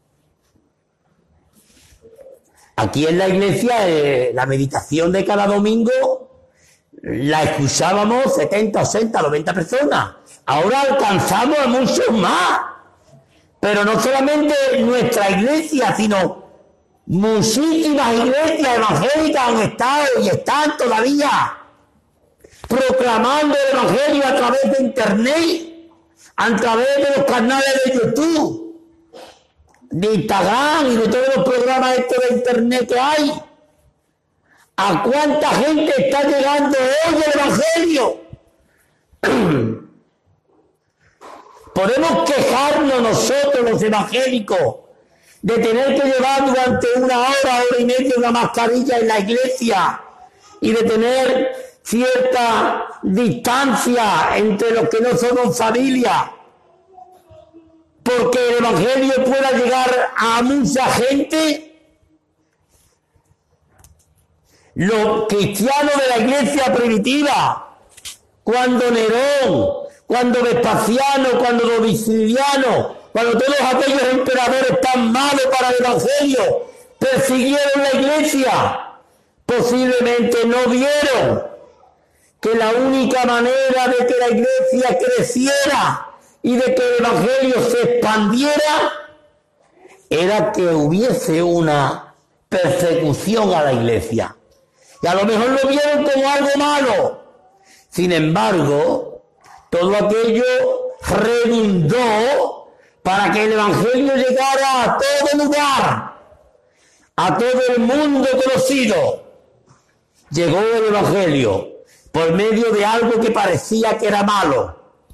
Aquí en la iglesia, eh, la meditación de cada domingo la escuchábamos setenta, ochenta, noventa personas. Ahora alcanzamos a muchos más. Pero no solamente nuestra iglesia, sino muchísimas iglesias evangélicas han estado y están todavía proclamando el Evangelio a través de internet, a través de los canales de YouTube, de Instagram y de todos los programas estos de internet que hay. ¿A cuánta gente está llegando hoy el Evangelio? Podemos quejarnos nosotros los evangélicos de tener que llevar durante una hora, hora y media una mascarilla en la iglesia y de tener cierta distancia entre los que no somos familia, porque el Evangelio pueda llegar a mucha gente. Los cristianos de la iglesia primitiva, cuando Nerón, cuando Vespasiano, cuando Domiciliano, cuando todos aquellos emperadores tan malos para el Evangelio persiguieron la iglesia, posiblemente no vieron que la única manera de que la iglesia creciera y de que el Evangelio se expandiera era que hubiese una persecución a la iglesia. Y a lo mejor lo vieron como algo malo. Sin embargo, todo aquello redundó para que el Evangelio llegara a todo lugar, a todo el mundo conocido. Llegó el Evangelio por medio de algo que parecía que era malo.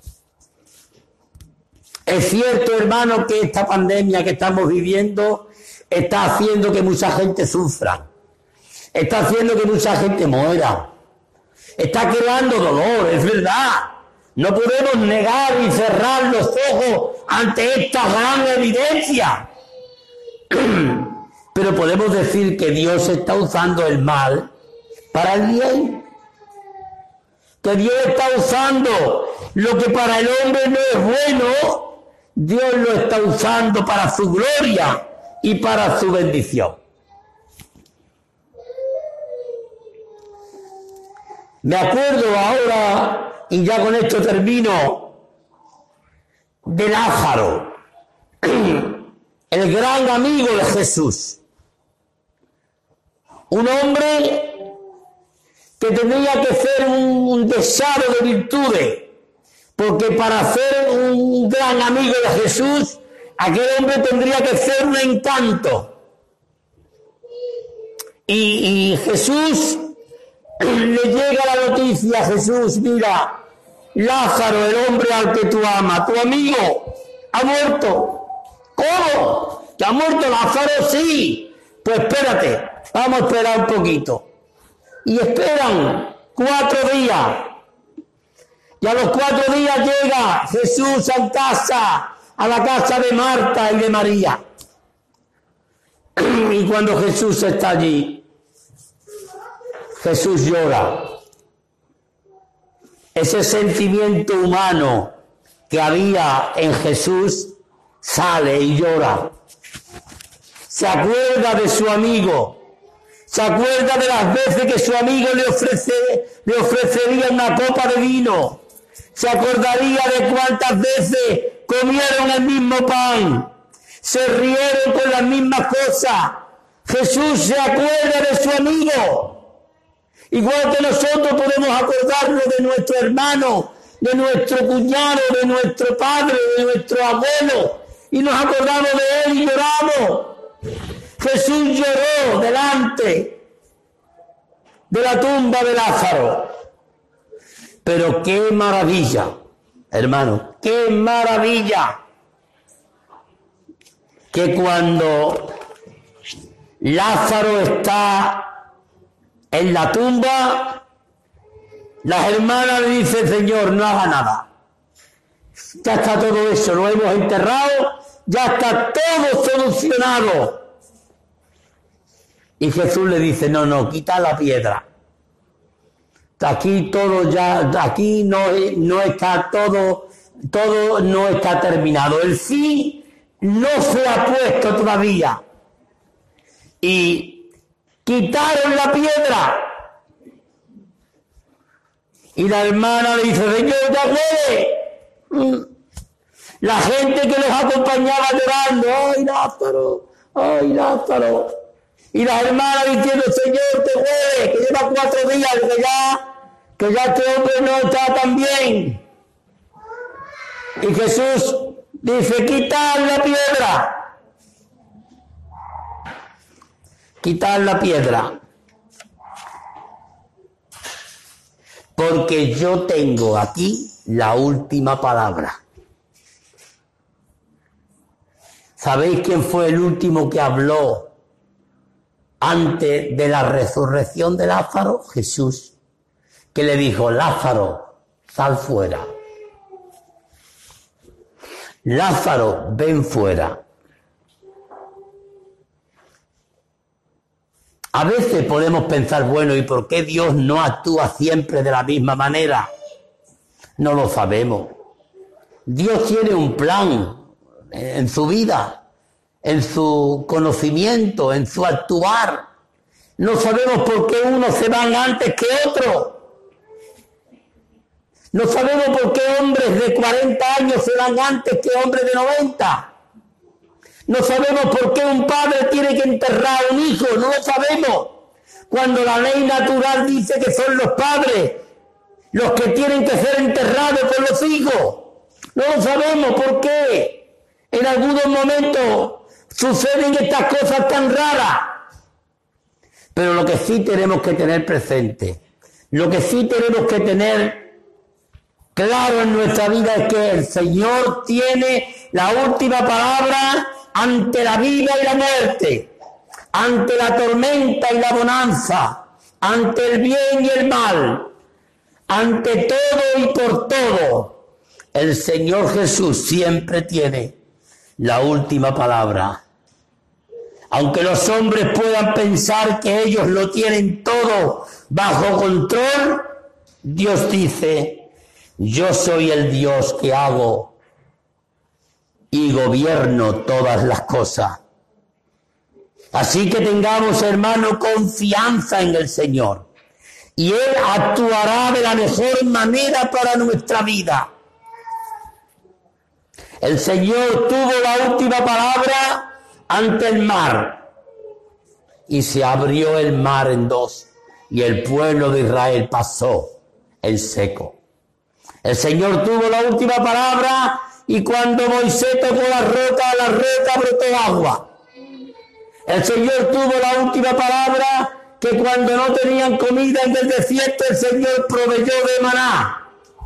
Es cierto, hermano, que esta pandemia que estamos viviendo está haciendo que mucha gente sufra, está haciendo que mucha gente muera, está creando dolor, es verdad. No podemos negar y cerrar los ojos ante esta gran evidencia. Pero podemos decir que Dios está usando el mal para el bien. Que Dios está usando lo que para el hombre no es bueno, Dios lo está usando para su gloria y para su bendición. Me acuerdo ahora, y ya con esto termino, de Lázaro, el gran amigo de Jesús. Un hombre que tenía que ser un desaro de virtudes, porque para ser un gran amigo de Jesús, aquel hombre tendría que ser un encanto. Y, y Jesús le llega la noticia, Jesús, mira, Lázaro, el hombre al que tú amas, tu amigo, ha muerto. ¿Cómo? ¿Que ha muerto Lázaro? Sí. Pues espérate, vamos a esperar un poquito. Y esperan cuatro días. Y a los cuatro días llega Jesús a casa, a la casa de Marta y de María. Y cuando Jesús está allí, Jesús llora. Ese sentimiento humano que había en Jesús sale y llora. Se acuerda de su amigo. Se acuerda de las veces que su amigo le, ofrece, le ofrecería una copa de vino. Se acordaría de cuántas veces comieron el mismo pan. Se rieron con las mismas cosas. Jesús se acuerda de su amigo. Igual que nosotros podemos acordarnos de nuestro hermano, de nuestro cuñado, de nuestro padre, de nuestro abuelo. Y nos acordamos de él y lloramos. Jesús lloró delante de la tumba de Lázaro. Pero qué maravilla, hermano, qué maravilla que cuando Lázaro está en la tumba, las hermanas le dicen, Señor, no haga nada. Ya está todo eso, lo hemos enterrado, ya está todo solucionado. Y Jesús le dice, no, no, quita la piedra. Aquí todo ya, aquí no, no está todo, todo no está terminado. El fin no se ha puesto todavía. Y quitaron la piedra. Y la hermana le dice, Señor, ya huele. La gente que los acompañaba llorando, ay Lázaro, ay Lázaro. Y las hermanas diciendo, Señor, te huele, que lleva cuatro días, que ya, que ya este hombre no está tan bien. Y Jesús dice, quitar la piedra. Quitar la piedra. Porque yo tengo aquí la última palabra. ¿Sabéis quién fue el último que habló antes de la resurrección de Lázaro? Jesús, que le dijo, Lázaro, sal fuera. Lázaro, ven fuera. A veces podemos pensar, bueno, ¿y por qué Dios no actúa siempre de la misma manera? No lo sabemos. Dios tiene un plan en su vida, en su conocimiento, en su actuar. No sabemos por qué unos se van antes que otros. No sabemos por qué hombres de cuarenta años se van antes que hombres de noventa. No sabemos por qué un padre tiene que enterrar a un hijo, no lo sabemos. Cuando la ley natural dice que son los padres los que tienen que ser enterrados por los hijos. No lo sabemos por qué. En algunos momentos suceden estas cosas tan raras. Pero lo que sí tenemos que tener presente, lo que sí tenemos que tener claro en nuestra vida es que el Señor tiene la última palabra ante la vida y la muerte, ante la tormenta y la bonanza, ante el bien y el mal, ante todo y por todo. El Señor Jesús siempre tiene la última palabra. Aunque los hombres puedan pensar que ellos lo tienen todo bajo control, Dios dice: yo soy el Dios que hago y gobierno todas las cosas. Así que tengamos, hermano, confianza en el Señor. Y Él actuará de la mejor manera para nuestra vida. El Señor tuvo la última palabra ante el mar, y se abrió el mar en dos, y el pueblo de Israel pasó en seco. El Señor tuvo la última palabra, y cuando Moisés tocó la roca, la roca brotó agua. El Señor tuvo la última palabra, que cuando no tenían comida en el desierto, el Señor proveyó de maná.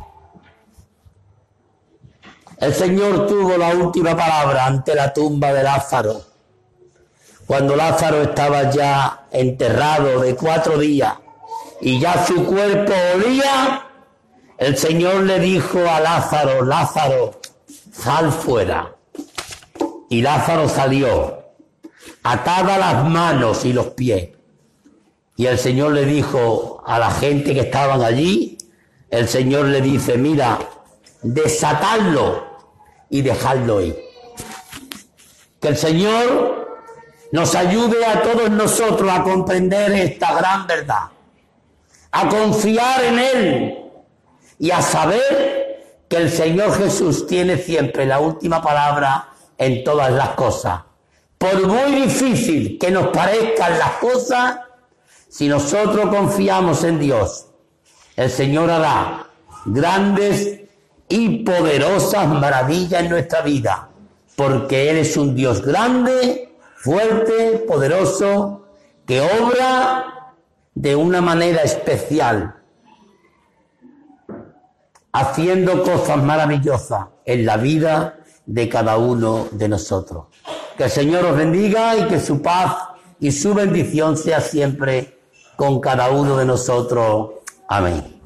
El Señor tuvo la última palabra ante la tumba de Lázaro. Cuando Lázaro estaba ya enterrado de cuatro días y ya su cuerpo olía, el Señor le dijo a Lázaro: Lázaro, sal fuera. Y Lázaro salió, atada las manos y los pies. Y el Señor le dijo a la gente que estaban allí, el Señor le dice: mira, desatadlo y dejadlo ir. Que el Señor nos ayude a todos nosotros a comprender esta gran verdad, a confiar en Él y a saber que el Señor Jesús tiene siempre la última palabra en todas las cosas. Por muy difícil que nos parezcan las cosas, si nosotros confiamos en Dios, el Señor hará grandes y poderosas maravillas en nuestra vida, porque Él es un Dios grande, fuerte, poderoso, que obra de una manera especial, haciendo cosas maravillosas en la vida de cada uno de nosotros. Que el Señor os bendiga y que su paz y su bendición sea siempre con cada uno de nosotros. Amén.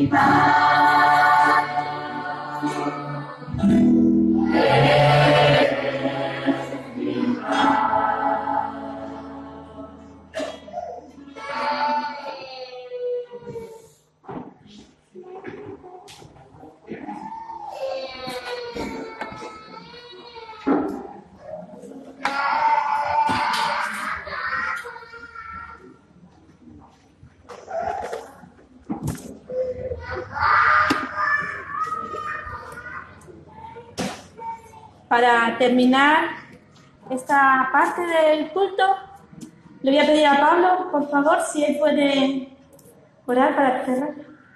Para terminar esta parte del culto, le voy a pedir a Pablo, por favor, si él puede orar para cerrar.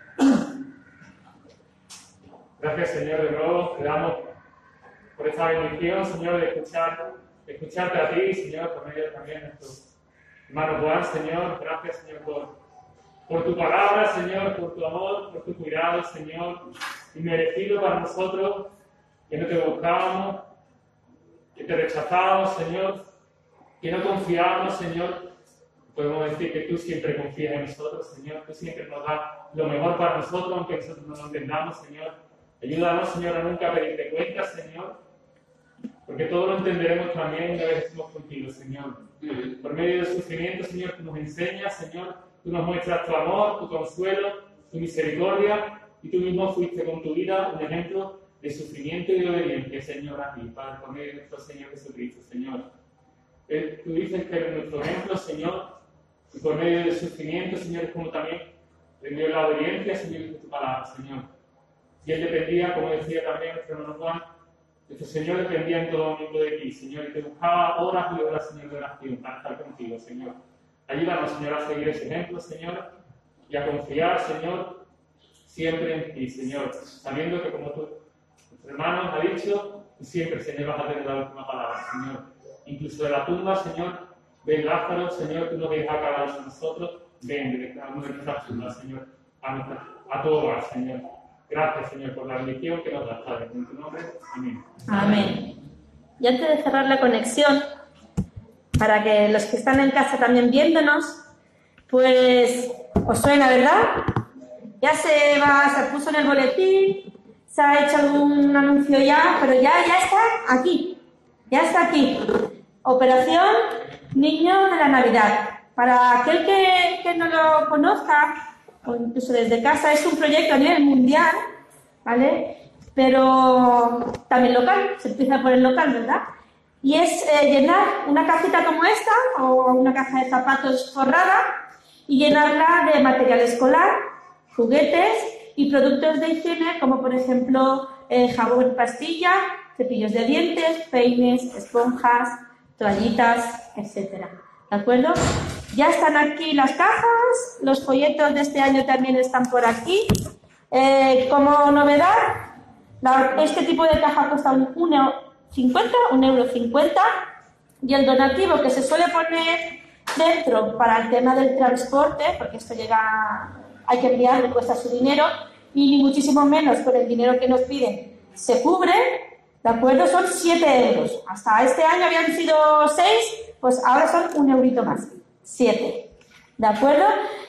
Gracias, Señor, de nuevo te damos por esta bendición, Señor, de escuchar, de escucharte a ti, Señor, por medio también de nuestro hermano Juan, Señor. Gracias, Señor, por, por tu palabra, Señor, por tu amor, por tu cuidado, Señor, inmerecido para nosotros, que no te buscábamos, que te rechazábamos, Señor, que no confiábamos, Señor. Podemos decir que tú siempre confías en nosotros, Señor. Tú siempre nos das lo mejor para nosotros, aunque nosotros no lo entendamos, Señor. Ayúdanos, Señor, a nunca pedirte cuentas, Señor, porque todo lo entenderemos también una vez que estemos contigo, Señor. Por medio del sufrimiento, Señor, tú nos enseñas, Señor, tú nos muestras tu amor, tu consuelo, tu misericordia, y tú mismo fuiste con tu vida un ejemplo de sufrimiento y de obediencia, Señor, a ti, Padre, por medio de nuestro Señor Jesucristo, Señor. Él, tú dices que eres nuestro ejemplo, Señor, y por medio del sufrimiento, Señor, es como también vendió la obediencia, Señor, de tu palabra, Señor. Y Él dependía, como decía también nuestro hermano Juan, nuestro Señor dependía en todo momento de ti, Señor, y te buscaba horas y horas, Señor, de oración para estar contigo, Señor. Ayúdanos, Señor, a seguir ese ejemplo, Señor, y a confiar, Señor, siempre en ti, Señor, sabiendo que como tú, nuestro hermano ha dicho, tú siempre, Señor, vas a tener la última palabra, Señor. Incluso de la tumba, Señor, ven Lázaro, Señor, tú nos dejas acabar a nosotros, ven de cada uno de nuestras tumbas, Señor, a, nuestra, a tu hogar, Señor. Gracias, Señor, por la bendición que nos das, Padre. En tu nombre, amén. Amén. Y antes de cerrar la conexión, para que los que están en casa también viéndonos, pues os suena, ¿verdad? Ya se va, se puso en el boletín, se ha hecho algún anuncio ya, pero ya, ya está aquí, ya está aquí. Operación Niño de la Navidad. Para aquel que, que no lo conozca, o incluso desde casa, es un proyecto a nivel mundial, ¿vale? Pero también local, se empieza por el local, ¿verdad? Y es eh, llenar una cajita como esta, o una caja de zapatos forrada, y llenarla de material escolar, juguetes y productos de higiene, como por ejemplo eh, jabón en pastilla, cepillos de dientes, peines, esponjas, toallitas, etcétera. ¿De acuerdo? Ya están aquí las cajas, los folletos de este año también están por aquí. Eh, como novedad, la, este tipo de caja cuesta un uno cincuenta, un euro cincuenta, y el donativo que se suele poner dentro para el tema del transporte, porque esto llega, hay que enviarlo, cuesta su dinero, y ni muchísimo menos con el dinero que nos piden se cubre, ¿de acuerdo? Son siete euros. Hasta este año habían sido seis, pues ahora son un eurito más. siete. ¿De acuerdo?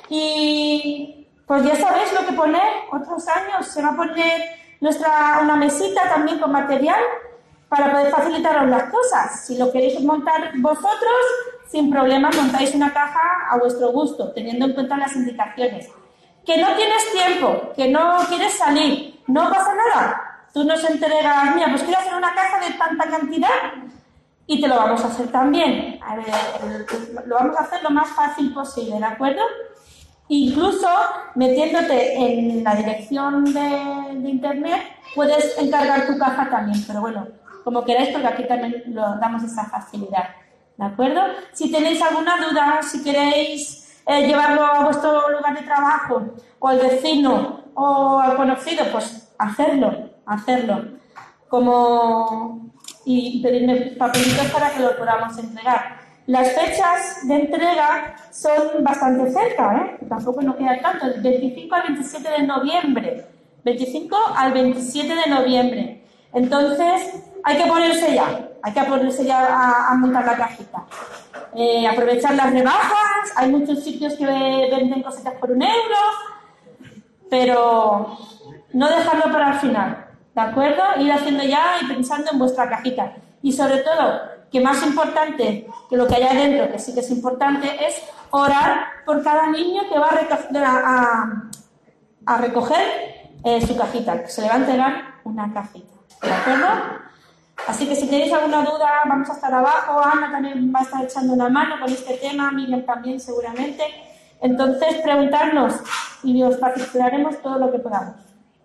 Y pues ya sabéis lo que poner. Otros años se va a poner nuestra, una mesita también con material para poder facilitaros las cosas. Si lo queréis montar vosotros, sin problema montáis una caja a vuestro gusto, teniendo en cuenta las indicaciones. Que no tienes tiempo, que no quieres salir, no pasa nada. Tú nos entregas, mira, pues quiero hacer una caja de tanta cantidad y te lo vamos a hacer también. A ver, lo vamos a hacer lo más fácil posible, ¿de acuerdo? Incluso metiéndote en la dirección de, de internet, puedes encargar tu caja también, pero bueno, como queráis, porque aquí también lo damos esa facilidad, ¿de acuerdo? Si tenéis alguna duda, si queréis eh, llevarlo a vuestro lugar de trabajo, o al vecino, o al conocido, pues hacerlo, hacerlo. Como... y pedirme papelitos para que lo podamos entregar. Las fechas de entrega son bastante cerca, ¿eh? Tampoco nos queda tanto, del veinticinco al veintisiete de noviembre. veinticinco al veintisiete de noviembre. Entonces, hay que ponerse ya, hay que ponerse ya a, a montar la cajita. Eh, aprovechar las rebajas, hay muchos sitios que venden cositas por un euro. pero no dejarlo para el final, ¿de acuerdo? Ir haciendo ya y pensando en vuestra cajita. Y sobre todo, que más importante que lo que hay adentro, que sí que es importante, es orar por cada niño que va a recoger, a, a recoger eh, su cajita, que se le va a entregar una cajita, ¿de acuerdo? Así que si tenéis alguna duda, vamos a estar abajo. Ana también va a estar echando una mano con este tema, Miriam también seguramente. Entonces, preguntarnos y os facilitaremos todo lo que podamos.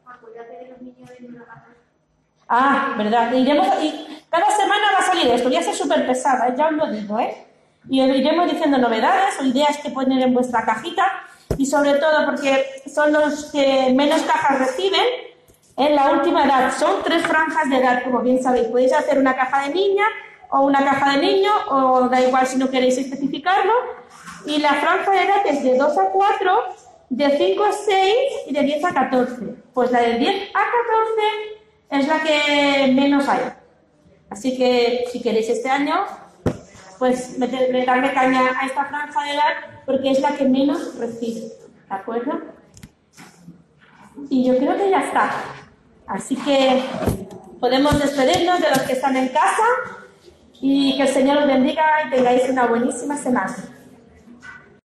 Ah, verdad. Iremos, y cada semana va a salir esto, voy a ser súper pesada, ya os lo digo, ¿eh? Y iremos diciendo novedades o ideas que poner en vuestra cajita, y sobre todo porque son los que menos cajas reciben en la última edad. Son tres franjas de edad, como bien sabéis. Podéis hacer una caja de niña o una caja de niño, o da igual si no queréis especificarlo. Y la franja de edad es de dos a cuatro, de cinco a seis y de diez a catorce. Pues la de diez a catorce es la que menos hay. Así que si queréis este año, pues meterle, darle caña a esta franja de edad porque es la que menos recibe. ¿De acuerdo? Y yo creo que ya está. Así que podemos despedirnos de los que están en casa y que el Señor os bendiga y tengáis una buenísima semana.